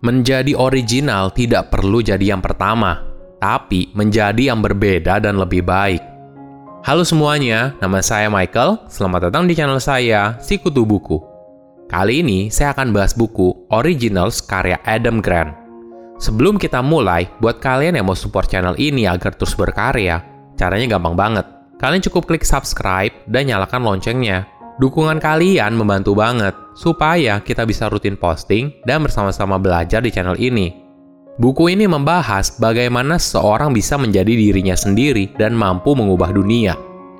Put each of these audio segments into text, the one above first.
Menjadi original tidak perlu jadi yang pertama, tapi menjadi yang berbeda dan lebih baik. Halo semuanya, nama saya Michael. Selamat datang di channel saya, Sikutu Buku. Kali ini saya akan bahas buku Originals karya Adam Grant. Sebelum kita mulai, buat kalian yang mau support channel ini agar terus berkarya, caranya gampang banget. Kalian cukup klik subscribe dan nyalakan loncengnya. Dukungan kalian membantu banget supaya kita bisa rutin posting dan bersama-sama belajar di channel ini. Buku ini membahas bagaimana seseorang bisa menjadi dirinya sendiri dan mampu mengubah dunia.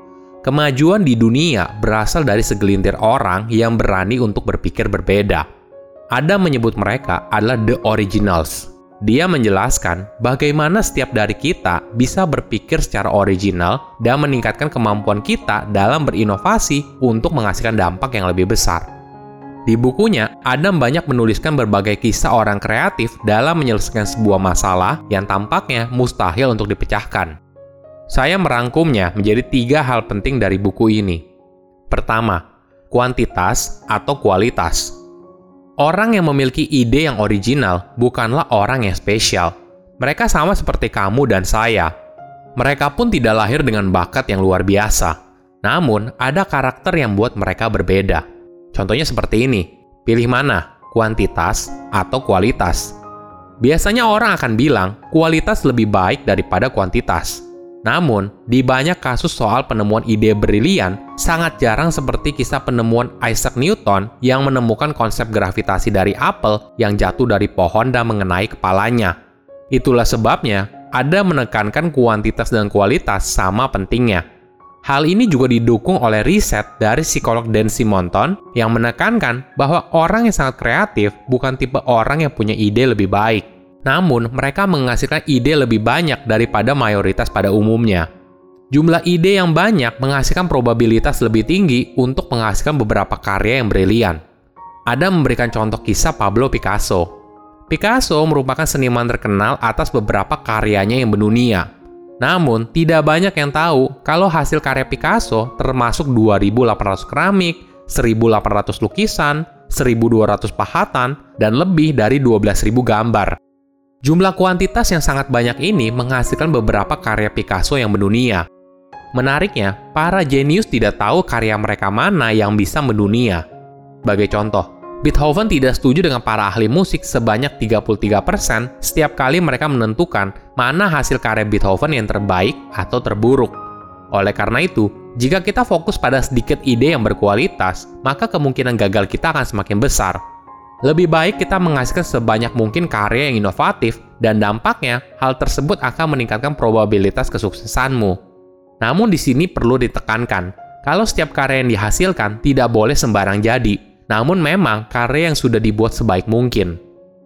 Kemajuan di dunia berasal dari segelintir orang yang berani untuk berpikir berbeda. Adam menyebut mereka adalah The Originals. Dia menjelaskan bagaimana setiap dari kita bisa berpikir secara original dan meningkatkan kemampuan kita dalam berinovasi untuk menghasilkan dampak yang lebih besar. Di bukunya, Adam banyak menuliskan berbagai kisah orang kreatif dalam menyelesaikan sebuah masalah yang tampaknya mustahil untuk dipecahkan. Saya merangkumnya menjadi 3 hal penting dari buku ini. Pertama, kuantitas atau kualitas. Orang yang memiliki ide yang original bukanlah orang yang spesial. Mereka sama seperti kamu dan saya. Mereka pun tidak lahir dengan bakat yang luar biasa. Namun, ada karakter yang membuat mereka berbeda. Contohnya seperti ini. Pilih mana? Kuantitas atau kualitas? Biasanya orang akan bilang kualitas lebih baik daripada kuantitas. Namun, di banyak kasus soal penemuan ide brilian, sangat jarang seperti kisah penemuan Isaac Newton yang menemukan konsep gravitasi dari apel yang jatuh dari pohon dan mengenai kepalanya. Itulah sebabnya, ada menekankan kuantitas dan kualitas sama pentingnya. Hal ini juga didukung oleh riset dari psikolog Dan Simonton yang menekankan bahwa orang yang sangat kreatif bukan tipe orang yang punya ide lebih baik. Namun, mereka menghasilkan ide lebih banyak daripada mayoritas pada umumnya. Jumlah ide yang banyak menghasilkan probabilitas lebih tinggi untuk menghasilkan beberapa karya yang brilian. Ada memberikan contoh kisah Pablo Picasso. Picasso merupakan seniman terkenal atas beberapa karyanya yang mendunia. Namun, tidak banyak yang tahu kalau hasil karya Picasso termasuk 2.800 keramik, 1.800 lukisan, 1.200 pahatan, dan lebih dari 12.000 gambar. Jumlah kuantitas yang sangat banyak ini menghasilkan beberapa karya Picasso yang mendunia. Menariknya, para jenius tidak tahu karya mereka mana yang bisa mendunia. Sebagai contoh, Beethoven tidak setuju dengan para ahli musik sebanyak 33% setiap kali mereka menentukan mana hasil karya Beethoven yang terbaik atau terburuk. Oleh karena itu, jika kita fokus pada sedikit ide yang berkualitas, maka kemungkinan gagal kita akan semakin besar. Lebih baik kita menghasilkan sebanyak mungkin karya yang inovatif, dan dampaknya hal tersebut akan meningkatkan probabilitas kesuksesanmu. Namun di sini perlu ditekankan, kalau setiap karya yang dihasilkan tidak boleh sembarang jadi, namun memang karya yang sudah dibuat sebaik mungkin.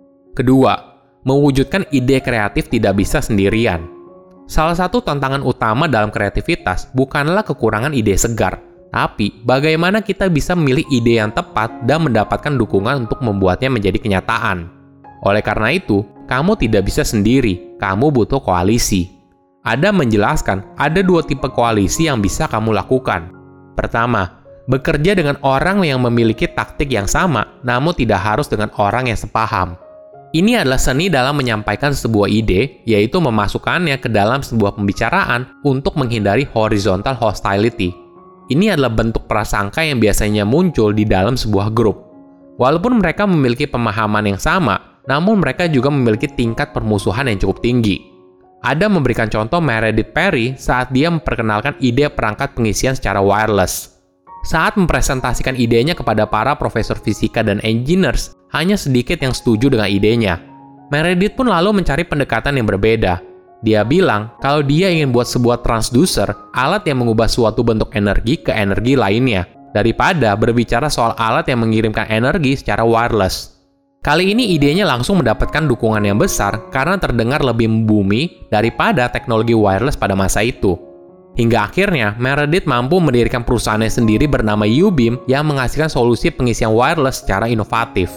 Kedua, mewujudkan ide kreatif tidak bisa sendirian. Salah satu tantangan utama dalam kreativitas bukanlah kekurangan ide segar, tapi bagaimana kita bisa memilih ide yang tepat dan mendapatkan dukungan untuk membuatnya menjadi kenyataan. Oleh karena itu, kamu tidak bisa sendiri, kamu butuh koalisi. Adam menjelaskan ada 2 tipe koalisi yang bisa kamu lakukan. Pertama, bekerja dengan orang yang memiliki taktik yang sama, namun tidak harus dengan orang yang sepaham. Ini adalah seni dalam menyampaikan sebuah ide, yaitu memasukkannya ke dalam sebuah pembicaraan untuk menghindari horizontal hostility. Ini adalah bentuk prasangka yang biasanya muncul di dalam sebuah grup. Walaupun mereka memiliki pemahaman yang sama, namun mereka juga memiliki tingkat permusuhan yang cukup tinggi. Ada memberikan contoh Meredith Perry saat dia memperkenalkan ide perangkat pengisian secara wireless. Saat mempresentasikan idenya kepada para profesor fisika dan engineers, hanya sedikit yang setuju dengan idenya. Meredith pun lalu mencari pendekatan yang berbeda. Dia bilang kalau dia ingin buat sebuah transducer, alat yang mengubah suatu bentuk energi ke energi lainnya, daripada berbicara soal alat yang mengirimkan energi secara wireless. Kali ini idenya langsung mendapatkan dukungan yang besar karena terdengar lebih membumi daripada teknologi wireless pada masa itu. Hingga akhirnya, Meredith mampu mendirikan perusahaannya sendiri bernama U-Beam yang menghasilkan solusi pengisian wireless secara inovatif.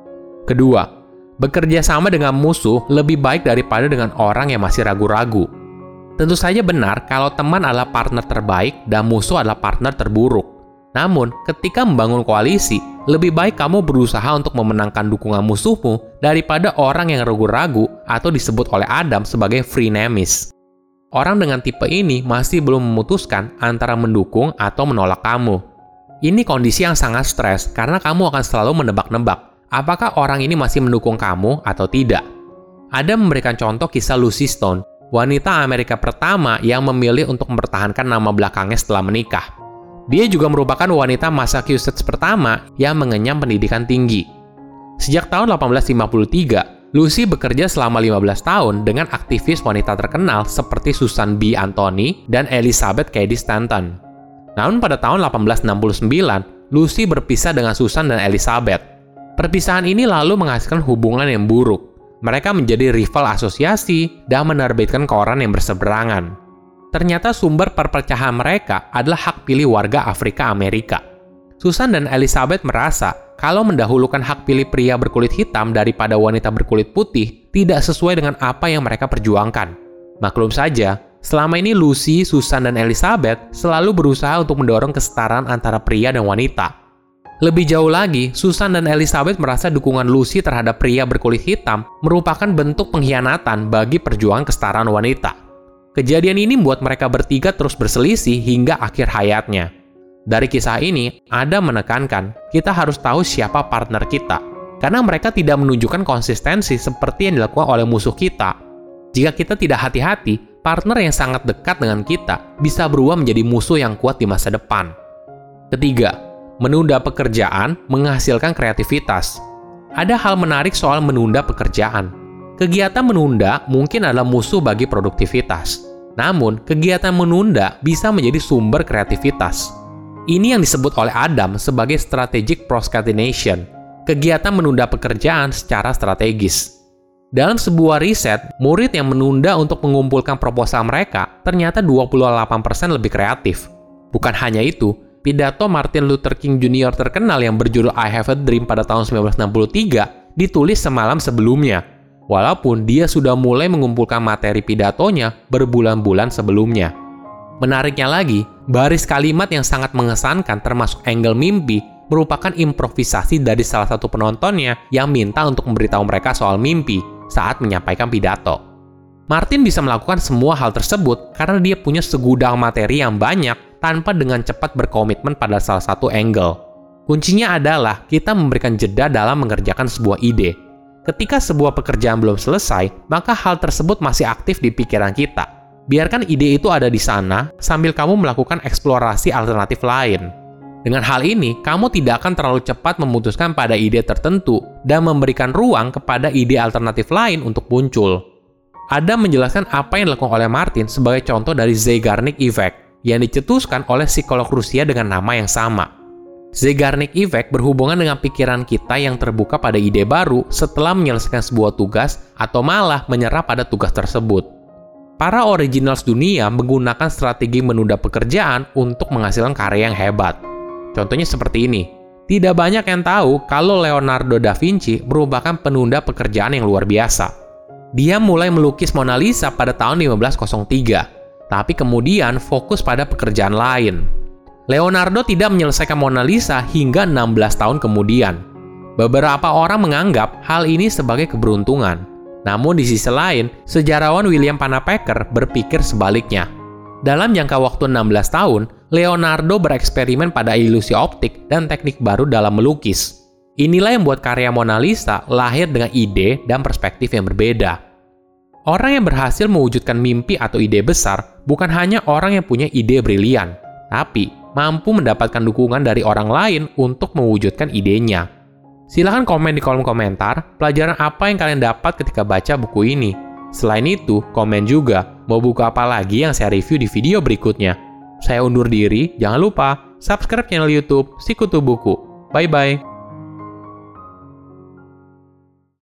Kedua, bekerja sama dengan musuh lebih baik daripada dengan orang yang masih ragu-ragu. Tentu saja benar kalau teman adalah partner terbaik dan musuh adalah partner terburuk. Namun, ketika membangun koalisi, lebih baik kamu berusaha untuk memenangkan dukungan musuhmu daripada orang yang ragu-ragu atau disebut oleh Adam sebagai frenemies. Orang dengan tipe ini masih belum memutuskan antara mendukung atau menolak kamu. Ini kondisi yang sangat stres karena kamu akan selalu menebak-nebak apakah orang ini masih mendukung kamu atau tidak. Adam memberikan contoh kisah Lucy Stone, wanita Amerika pertama yang memilih untuk mempertahankan nama belakangnya setelah menikah. Dia juga merupakan wanita Massachusetts pertama yang mengenyam pendidikan tinggi. Sejak tahun 1853, Lucy bekerja selama 15 tahun dengan aktivis wanita terkenal seperti Susan B. Anthony dan Elizabeth Cady Stanton. Namun pada tahun 1869, Lucy berpisah dengan Susan dan Elizabeth. Perpisahan ini lalu menghasilkan hubungan yang buruk. Mereka menjadi rival asosiasi dan menerbitkan koran yang berseberangan. Ternyata sumber perpecahan mereka adalah hak pilih warga Afrika Amerika. Susan dan Elizabeth merasa kalau mendahulukan hak pilih pria berkulit hitam daripada wanita berkulit putih tidak sesuai dengan apa yang mereka perjuangkan. Maklum saja, selama ini Lucy, Susan, dan Elizabeth selalu berusaha untuk mendorong kesetaraan antara pria dan wanita. Lebih jauh lagi, Susan dan Elizabeth merasa dukungan Lucy terhadap pria berkulit hitam merupakan bentuk pengkhianatan bagi perjuangan kesetaraan wanita. Kejadian ini membuat mereka bertiga terus berselisih hingga akhir hayatnya. Dari kisah ini, Adam menekankan kita harus tahu siapa partner kita, karena mereka tidak menunjukkan konsistensi seperti yang dilakukan oleh musuh kita. Jika kita tidak hati-hati, partner yang sangat dekat dengan kita bisa berubah menjadi musuh yang kuat di masa depan. Ketiga, menunda pekerjaan menghasilkan kreativitas. Ada hal menarik soal menunda pekerjaan. Kegiatan menunda mungkin adalah musuh bagi produktivitas. Namun, kegiatan menunda bisa menjadi sumber kreativitas. Ini yang disebut oleh Adam sebagai strategic procrastination, kegiatan menunda pekerjaan secara strategis. Dalam sebuah riset, murid yang menunda untuk mengumpulkan proposal mereka ternyata 28% lebih kreatif. Bukan hanya itu, pidato Martin Luther King Jr. terkenal yang berjudul I Have a Dream pada tahun 1963 ditulis semalam sebelumnya. Walaupun dia sudah mulai mengumpulkan materi pidatonya berbulan-bulan sebelumnya. Menariknya lagi, baris kalimat yang sangat mengesankan termasuk angle mimpi merupakan improvisasi dari salah satu penontonnya yang minta untuk memberitahu mereka soal mimpi saat menyampaikan pidato. Martin bisa melakukan semua hal tersebut karena dia punya segudang materi yang banyak tanpa dengan cepat berkomitmen pada salah satu angle. Kuncinya adalah kita memberikan jeda dalam mengerjakan sebuah ide. Ketika sebuah pekerjaan belum selesai, maka hal tersebut masih aktif di pikiran kita. Biarkan ide itu ada di sana sambil kamu melakukan eksplorasi alternatif lain. Dengan hal ini, kamu tidak akan terlalu cepat memutuskan pada ide tertentu dan memberikan ruang kepada ide alternatif lain untuk muncul. Adam menjelaskan apa yang dilakukan oleh Martin sebagai contoh dari Zeigarnik Effect yang dicetuskan oleh psikolog Rusia dengan nama yang sama. Zeigarnik Effect berhubungan dengan pikiran kita yang terbuka pada ide baru setelah menyelesaikan sebuah tugas atau malah menyerah pada tugas tersebut. Para originals dunia menggunakan strategi menunda pekerjaan untuk menghasilkan karya yang hebat. Contohnya seperti ini. Tidak banyak yang tahu kalau Leonardo da Vinci merupakan penunda pekerjaan yang luar biasa. Dia mulai melukis Mona Lisa pada tahun 1503, tapi kemudian fokus pada pekerjaan lain. Leonardo tidak menyelesaikan Mona Lisa hingga 16 tahun kemudian. Beberapa orang menganggap hal ini sebagai keberuntungan. Namun di sisi lain, sejarawan William Pennebaker berpikir sebaliknya. Dalam jangka waktu 16 tahun, Leonardo bereksperimen pada ilusi optik dan teknik baru dalam melukis. Inilah yang membuat karya Mona Lisa lahir dengan ide dan perspektif yang berbeda. Orang yang berhasil mewujudkan mimpi atau ide besar bukan hanya orang yang punya ide brilian, tapi mampu mendapatkan dukungan dari orang lain untuk mewujudkan idenya. Silahkan komen di kolom komentar pelajaran apa yang kalian dapat ketika baca buku ini. Selain itu, komen juga mau buku apa lagi yang saya review di video berikutnya. Saya undur diri, jangan lupa subscribe channel YouTube Sikutu Buku. Bye-bye.